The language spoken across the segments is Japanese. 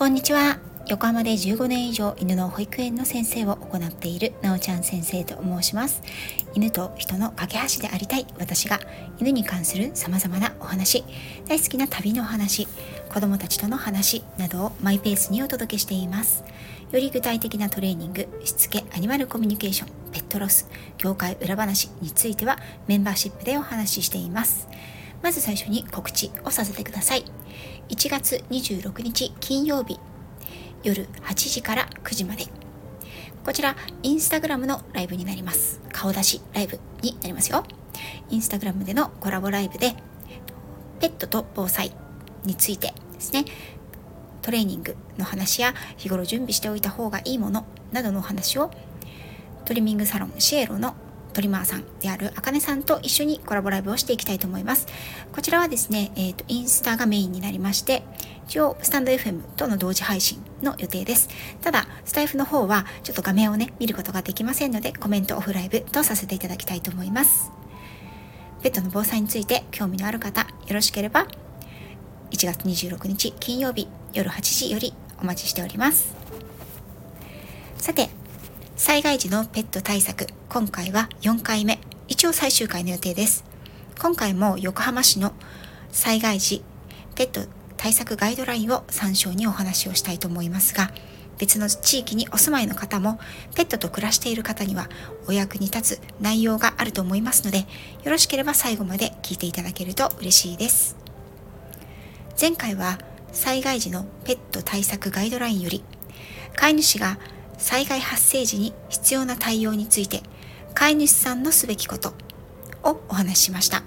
んにちは。横浜で15年以上犬の保育園の先生を行っているなおちゃん先生と申します。犬と人の架け橋でありたい私が、犬に関する様々なお話、大好きな旅の話、子供たちとの話などをマイペースにお届けしています。より具体的なトレーニング、しつけ、アニマルコミュニケーション、ペットロス、業界裏話についてはメンバーシップでお話ししています。まず最初に告知をさせてください。1月26日金曜日夜8時から9時まで、こちらインスタグラムのライブになります。顔出しライブになりますよ。インスタグラムでのコラボライブでペットと防災についてですね、トレーニングの話や日頃準備しておいた方がいいものなどのお話を、トリミングサロンシエロのトリマーさんであるあかねさんと一緒にコラボライブをしていきたいと思います。こちらはですね、インスタがメインになりまして、一応スタンド FM との同時配信の予定です。ただスタイフの方はちょっと画面をね見ることができませんので、コメントオフライブとさせていただきたいと思います。ペットの防災について興味のある方、よろしければ1月26日金曜日夜8時よりお待ちしております。さて、災害時のペット対策、今回は4回目、一応最終回の予定です。今回も横浜市の災害時ペット対策ガイドラインを参照にお話をしたいと思いますが、別の地域にお住まいの方もペットと暮らしている方にはお役に立つ内容があると思いますので、よろしければ最後まで聞いていただけると嬉しいです。前回は災害時のペット対策ガイドラインより、飼い主が災害発生時に必要な対応について飼い主さんのすべきことをお話ししました。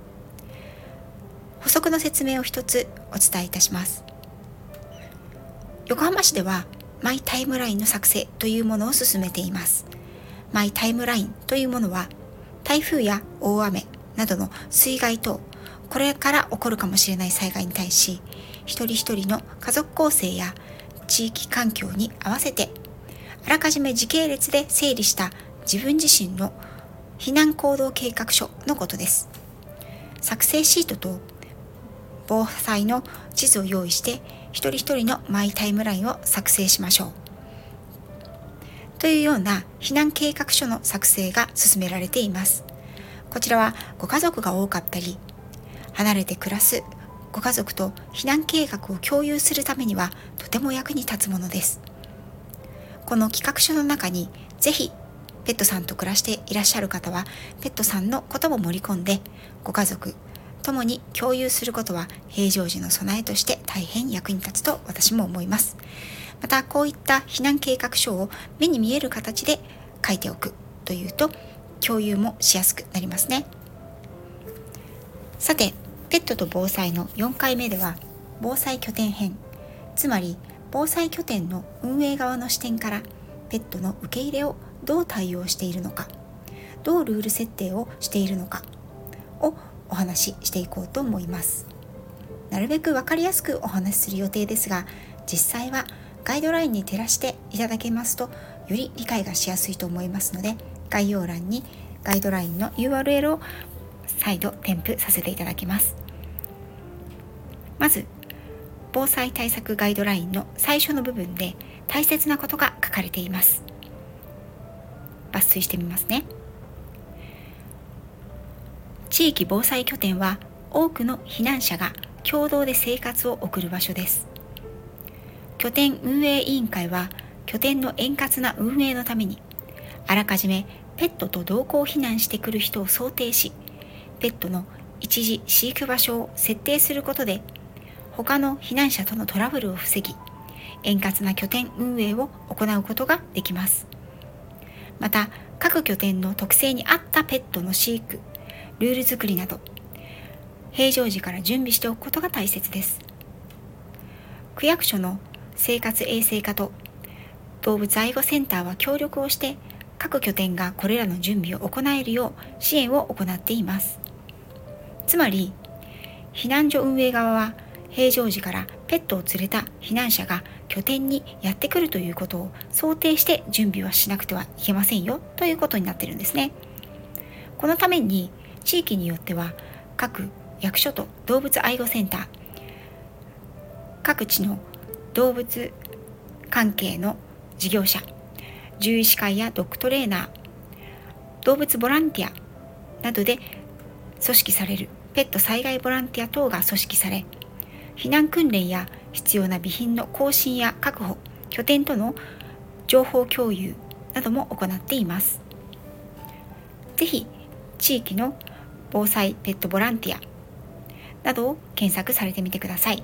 補足の説明を一つお伝えいたします。横浜市ではマイタイムラインの作成というものを進めています。マイタイムラインというものは、台風や大雨などの水害等、これから起こるかもしれない災害に対し、一人一人の家族構成や地域環境に合わせてあらかじめ時系列で整理した自分自身の避難行動計画書のことです。作成シートと防災の地図を用意して、一人一人のマイタイムラインを作成しましょうというような避難計画書の作成が進められています。こちらはご家族が多かったり離れて暮らすご家族と避難計画を共有するためにはとても役に立つものです。この企画書の中にぜひペットさんと暮らしていらっしゃる方はペットさんのことも盛り込んで、ご家族ともに共有することは平常時の備えとして大変役に立つと私も思います。またこういった避難計画書を目に見える形で書いておくというと共有もしやすくなりますね。さて、ペットと防災の4回目では防災拠点編、つまり防災拠点の運営側の視点からペットの受け入れをどう対応しているのか、どうルール設定をしているのかをお話ししていこうと思います。なるべく分かりやすくお話しする予定ですが、実際はガイドラインに照らしていただけますとより理解がしやすいと思いますので、概要欄にガイドラインの URL を再度添付させていただきます。まず防災対策ガイドラインの最初の部分で大切なことが書かれています。抜粋してみますね。地域防災拠点は多くの避難者が共同で生活を送る場所です。拠点運営委員会は拠点の円滑な運営のために、あらかじめペットと同行避難してくる人を想定し、ペットの一時飼育場所を設定することで他の避難者とのトラブルを防ぎ、円滑な拠点運営を行うことができます。また各拠点の特性に合ったペットの飼育、ルール作りなど平常時から準備しておくことが大切です。区役所の生活衛生課と動物愛護センターは協力をして各拠点がこれらの準備を行えるよう支援を行っています。つまり避難所運営側は平常時からペットを連れた避難者が拠点にやってくるということを想定して準備はしなくてはいけませんよということになっているんですね。このために地域によっては各役所と動物愛護センター、各地の動物関係の事業者、獣医師会やドッグトレーナー、動物ボランティアなどで組織されるペット災害ボランティア等が組織され、避難訓練や必要な備品の更新や確保、拠点との情報共有なども行っています。ぜひ地域の防災ペットボランティアなどを検索されてみてください。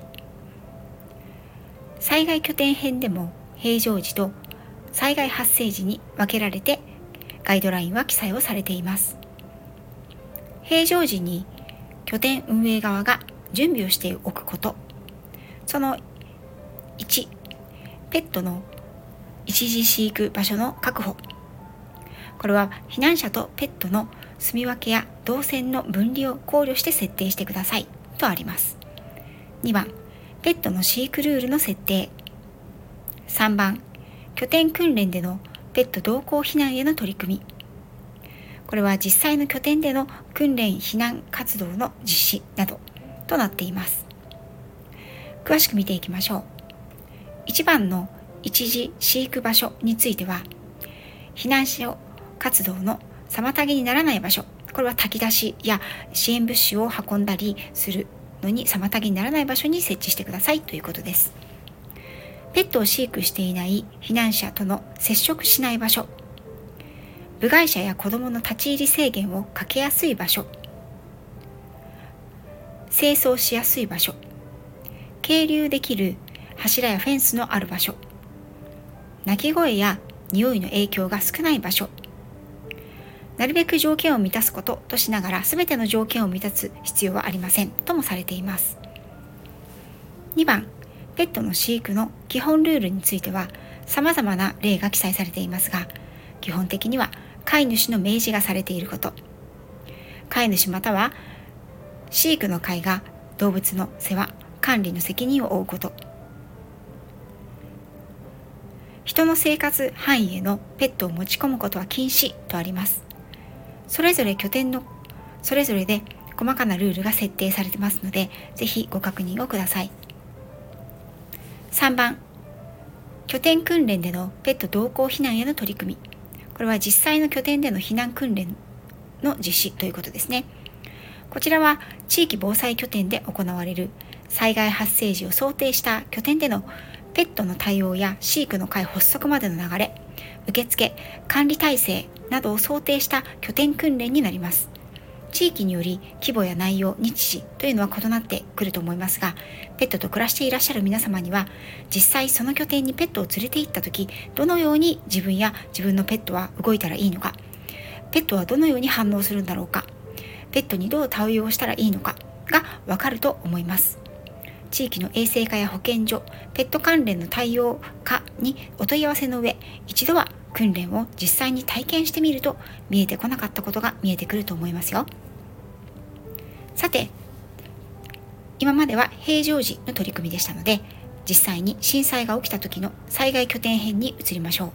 災害拠点編でも平常時と災害発生時に分けられてガイドラインは記載をされています。平常時に拠点運営側が準備をしておくこと。その1、ペットの一時飼育場所の確保。これは避難者とペットの住み分けや動線の分離を考慮して設定してくださいとあります。2番、ペットの飼育ルールの設定。3番、拠点訓練でのペット同行避難への取り組み。これは実際の拠点での訓練避難活動の実施などとなっています。詳しく見ていきましょう。1番の一時飼育場所については、避難者活動の妨げにならない場所、これは炊き出しや支援物資を運んだりするのに妨げにならない場所に設置してくださいということです。ペットを飼育していない避難者との接触しない場所、部外者や子どもの立ち入り制限をかけやすい場所、清掃しやすい場所、係留できる柱やフェンスのある場所、鳴き声や匂いの影響が少ない場所、なるべく条件を満たすこととしながら全ての条件を満たす必要はありませんともされています。2番、ペットの飼育の基本ルールについては様々な例が記載されていますが、基本的には飼い主の明示がされていること、飼い主または飼育の会が動物の世話・管理の責任を負うこと、人の生活範囲へのペットを持ち込むことは禁止とあります。それぞれ拠点のそれぞれで細かなルールが設定されていますので、ぜひご確認をください。3番、拠点訓練でのペット同行避難への取り組み。これは実際の拠点での避難訓練の実施ということですね。こちらは地域防災拠点で行われる災害発生時を想定した拠点でのペットの対応や飼育の会発足までの流れ、受付、管理体制などを想定した拠点訓練になります。地域により規模や内容、日時というのは異なってくると思いますが、ペットと暮らしていらっしゃる皆様には、実際その拠点にペットを連れて行ったとき、どのように自分や自分のペットは動いたらいいのか、ペットはどのように反応するんだろうか、ペットにどう対応したらいいのかがわかると思います。地域の衛生課や保健所、ペット関連の対応課にお問い合わせの上、一度は訓練を実際に体験してみると見えてこなかったことが見えてくると思いますよ。さて、今までは平常時の取り組みでしたので、実際に震災が起きた時の災害拠点編に移りましょう。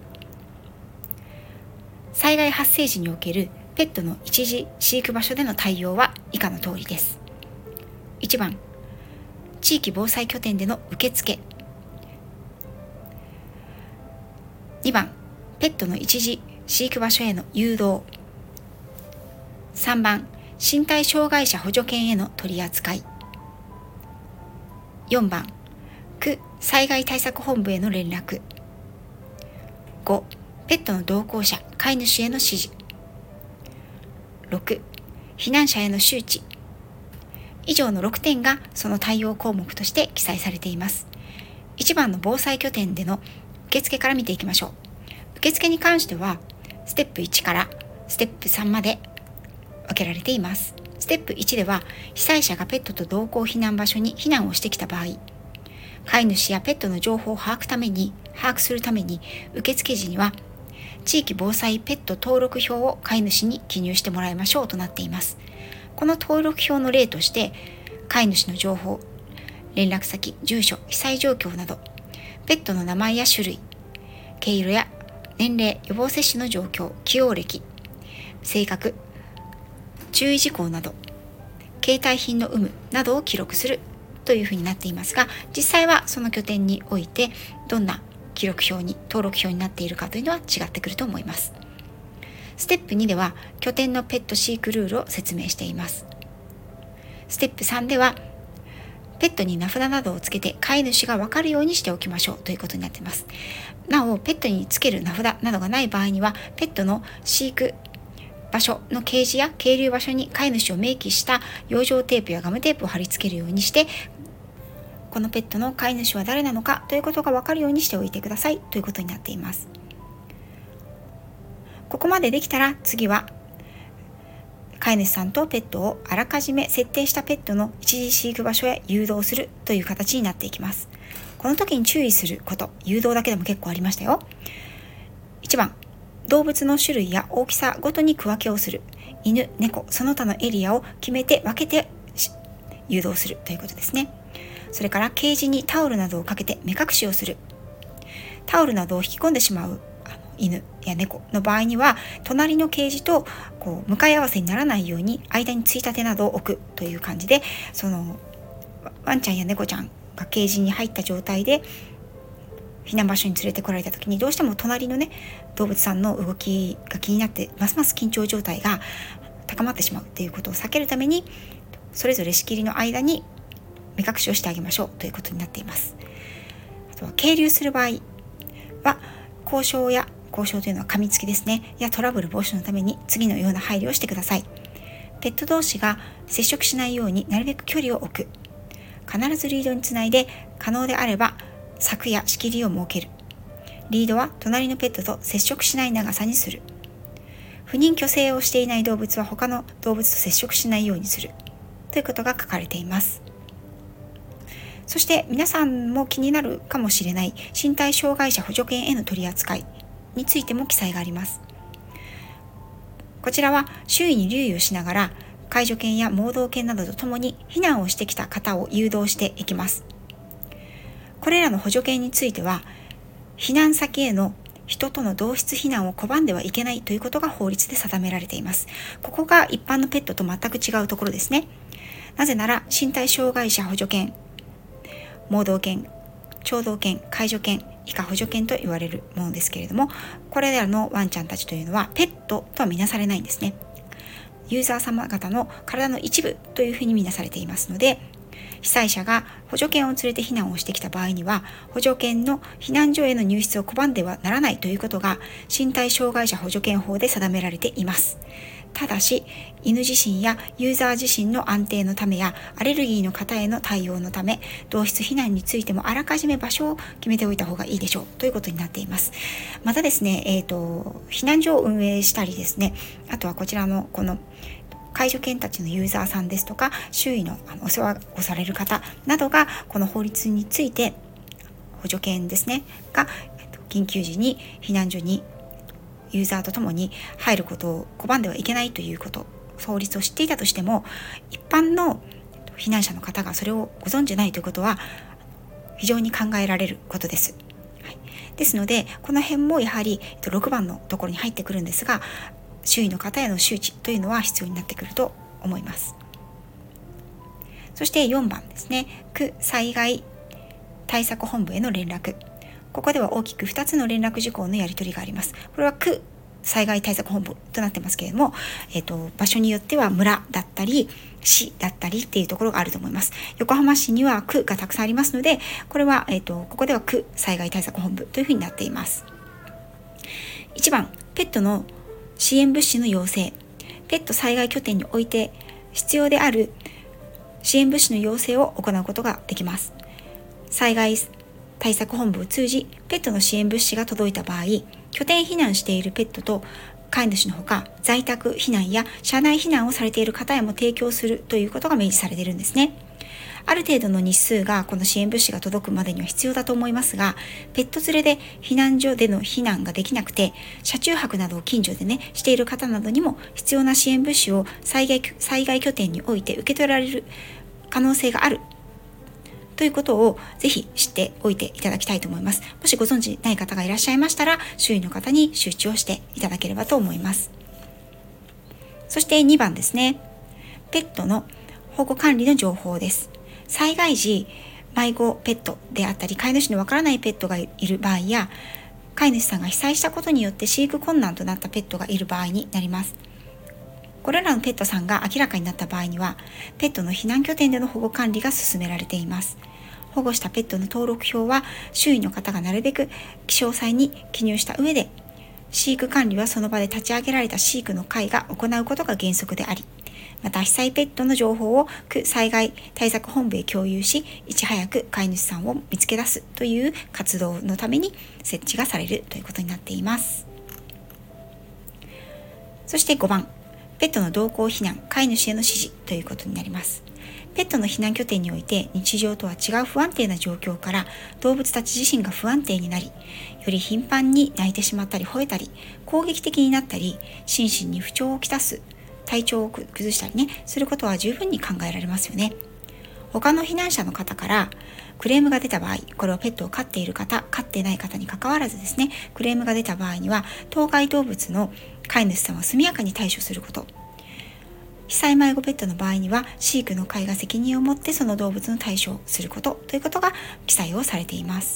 災害発生時におけるペットの一時飼育場所での対応は以下の通りです。1番、地域防災拠点での受付。2番、ペットの一時飼育場所への誘導。3番、身体障害者補助犬への取り扱い。4番、区災害対策本部への連絡。5、ペットの同行者、飼い主への指示。6、避難者への周知。以上の6点がその対応項目として記載されています。1番の防災拠点での受付から見ていきましょう。受付に関しては、ステップ1からステップ3まで分けられています。ステップ1では、被災者がペットと同行避難場所に避難をしてきた場合、飼い主やペットの情報を把握するために、受付時には、地域防災ペット登録票を飼い主に記入してもらいましょうとなっています。この登録票の例として、飼い主の情報、連絡先、住所、被災状況など、ペットの名前や種類、毛色や年齢、予防接種の状況、起用歴、性格、注意事項など、携帯品の有無などを記録するというふうになっていますが、実際はその拠点においてどんな記録表に登録表になっているかというのは違ってくると思います。ステップ2では拠点のペット飼育ルールを説明しています。ステップ3ではペットに名札などをつけて飼い主が分かるようにしておきましょうということになっています。なお、ペットにつける名札などがない場合には、ペットの飼育場所のケージや係留場所に飼い主を明記した養生テープやガムテープを貼り付けるようにして、このペットの飼い主は誰なのかということが分かるようにしておいてくださいということになっています。ここまでできたら、次は飼い主さんとペットをあらかじめ設定したペットの一時飼育場所へ誘導するという形になっていきます。この時に注意すること、誘導だけでも結構ありましたよ。1番、動物の種類や大きさごとに区分けをする。犬、猫、その他のエリアを決めて分けて誘導するということですね。それからケージにタオルなどをかけて目隠しをする。タオルなどを引き込んでしまう犬や猫の場合には、隣のケージと向かい合わせにならないように間についたてなどを置くという感じで、そのワンちゃんや猫ちゃんがケージに入った状態で避難場所に連れてこられた時に、どうしても隣のね動物さんの動きが気になってますます緊張状態が高まってしまうということを避けるために、それぞれ仕切りの間に目隠しをしてあげましょうということになっています。あとは係留する場合は、交渉というのは噛みつきですね、やトラブル防止のために次のような配慮をしてください。ペット同士が接触しないようになるべく距離を置く。必ずリードにつないで、可能であれば柵や仕切りを設ける。リードは隣のペットと接触しない長さにする。不妊去勢をしていない動物は他の動物と接触しないようにするということが書かれています。そして皆さんも気になるかもしれない身体障害者補助犬への取り扱いについても記載があります。こちらは周囲に留意をしながら、介助犬や盲導犬などとともに避難をしてきた方を誘導していきます。これらの補助犬については、避難先への人との同室避難を拒んではいけないということが法律で定められています。ここが一般のペットと全く違うところですね。なぜなら、身体障害者補助犬、盲導犬、聴導犬、介助犬以下補助犬と言われるものですけれども、これらのワンちゃんたちというのはペットとは見なされないんですね。ユーザー様方の体の一部というふうに見なされていますので、被災者が補助犬を連れて避難をしてきた場合には、補助犬の避難所への入室を拒んではならないということが身体障害者補助犬法で定められています。ただし、犬自身やユーザー自身の安定のためやアレルギーの方への対応のため、同室避難についてもあらかじめ場所を決めておいた方がいいでしょうということになっています。またですね、避難所を運営したりですね、あとはこちらのこの介助犬たちのユーザーさんですとか、周囲のお世話をされる方などがこの法律について、補助犬ですねが緊急時に避難所にユーザーとともに入ることを拒んではいけないということ、法律を知っていたとしても、一般の避難者の方がそれをご存じないということは非常に考えられることです。ですので、この辺もやはり6番のところに入ってくるんですが、周囲の方への周知というのは必要になってくると思います。そして4番ですね、区災害対策本部への連絡。ここでは大きく2つの連絡事項のやり取りがあります。これは区災害対策本部となってますけれども、場所によっては村だったり市だったりっていうところがあると思います。横浜市には区がたくさんありますので、これは、ここでは区災害対策本部というふうになっています。1番、ペットの支援物資の要請。ペット災害拠点において必要である支援物資の要請を行うことができます。災害対策本部を通じ、ペットの支援物資が届いた場合、拠点避難しているペットと飼い主のほか、在宅避難や車内避難をされている方へも提供するということが明示されているんですね。ある程度の日数がこの支援物資が届くまでには必要だと思いますが、ペット連れで避難所での避難ができなくて、車中泊などを近所でしている方などにも必要な支援物資を災害拠点において受け取られる可能性があるということをぜひ知っておいていただきたいと思います。もしご存知ない方がいらっしゃいましたら、周囲の方に周知をしていただければと思います。そして2番ですね。ペットの保護管理の情報です。 災害時迷子ペットであったり飼い主のわからないペットがいる場合や、飼い主さんが被災したことによって飼育困難となったペットがいる場合になります。これらのペットさんが明らかになった場合には、ペットの避難拠点での保護管理が進められています。保護したペットの登録表は周囲の方がなるべく詳細に記入した上で、飼育管理はその場で立ち上げられた飼育の会が行うことが原則であり、また被災ペットの情報を区災害対策本部へ共有し、いち早く飼い主さんを見つけ出すという活動のために設置がされるということになっています。そして5番、ペットの同行避難、飼い主への指示ということになります。ペットの避難拠点において日常とは違う不安定な状況から動物たち自身が不安定になり、より頻繁に泣いてしまったり吠えたり、攻撃的になったり、心身に不調をきたす、体調を崩したりね、することは十分に考えられますよね。他の避難者の方からクレームが出た場合、これはペットを飼っている方、飼っていない方に関わらずですね、クレームが出た場合には、当該動物の飼い主さんは速やかに対処すること。被災迷子ペットの場合には、飼育の会が責任を持ってその動物の対処をすることということが記載をされています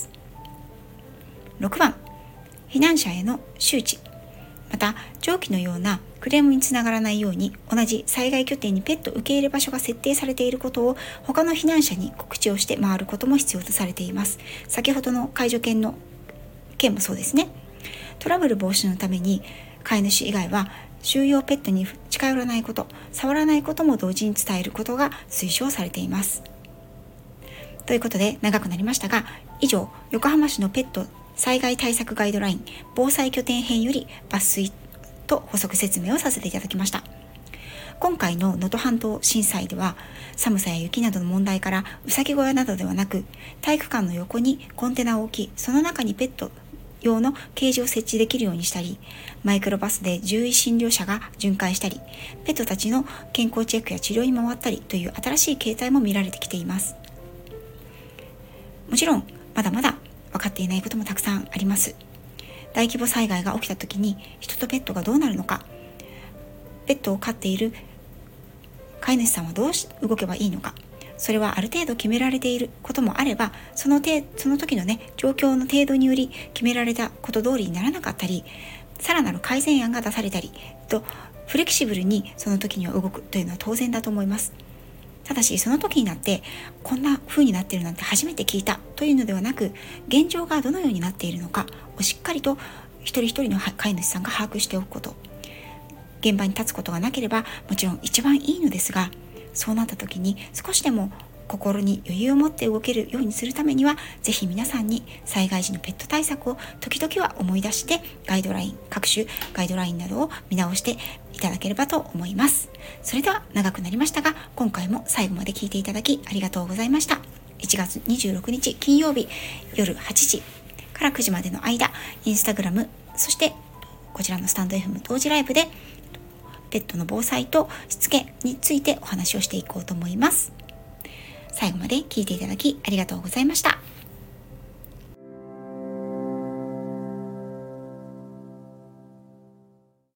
。6番、避難者への周知。また、上記のようなクレームにつながらないように、同じ災害拠点にペット受け入れ場所が設定されていることを他の避難者に告知をして回ることも必要とされています。先ほどの介助犬の件もそうですね。トラブル防止のために飼い主以外は収容ペットに近寄らないこと、触らないことも同時に伝えることが推奨されています。ということで長くなりましたが、以上、横浜市のペット災害対策ガイドライン防災拠点編より抜粋と補足説明をさせていただきました。今回の能登半島震災では、寒さや雪などの問題からうさぎ小屋などではなく、体育館の横にコンテナを置き、その中にペット用のケージを設置できるようにしたり、マイクロバスで獣医診療車が巡回したり、ペットたちの健康チェックや治療に回ったりという新しい形態も見られてきています。もちろんまだまだ分かっていないこともたくさんあります。大規模災害が起きた時に人とペットがどうなるのか、ペットを飼っている飼い主さんはどう動けばいいのか、それはある程度決められていることもあれば、その時のね、状況の程度により決められたこと通りにならなかったり、さらなる改善案が出されたりと、フレキシブルにその時には動くというのは当然だと思います。ただし、その時になってこんな風になっているなんて初めて聞いたというのではなく、現状がどのようになっているのかをしっかりと一人一人の飼い主さんが把握しておくこと。現場に立つことがなければもちろん一番いいのですが、そうなった時に少しでも心に余裕を持って動けるようにするためには、ぜひ皆さんに災害時のペット対策を時々は思い出して、ガイドライン、各種ガイドラインなどを見直していただければと思います。それでは長くなりましたが、今回も最後まで聞いていただきありがとうございました。1月26日金曜日夜8時から9時までの間、インスタグラム、そしてこちらのスタンド FM 同時ライブでペットの防災としつけについてお話をしていこうと思います。最後まで聞いていただきありがとうございました。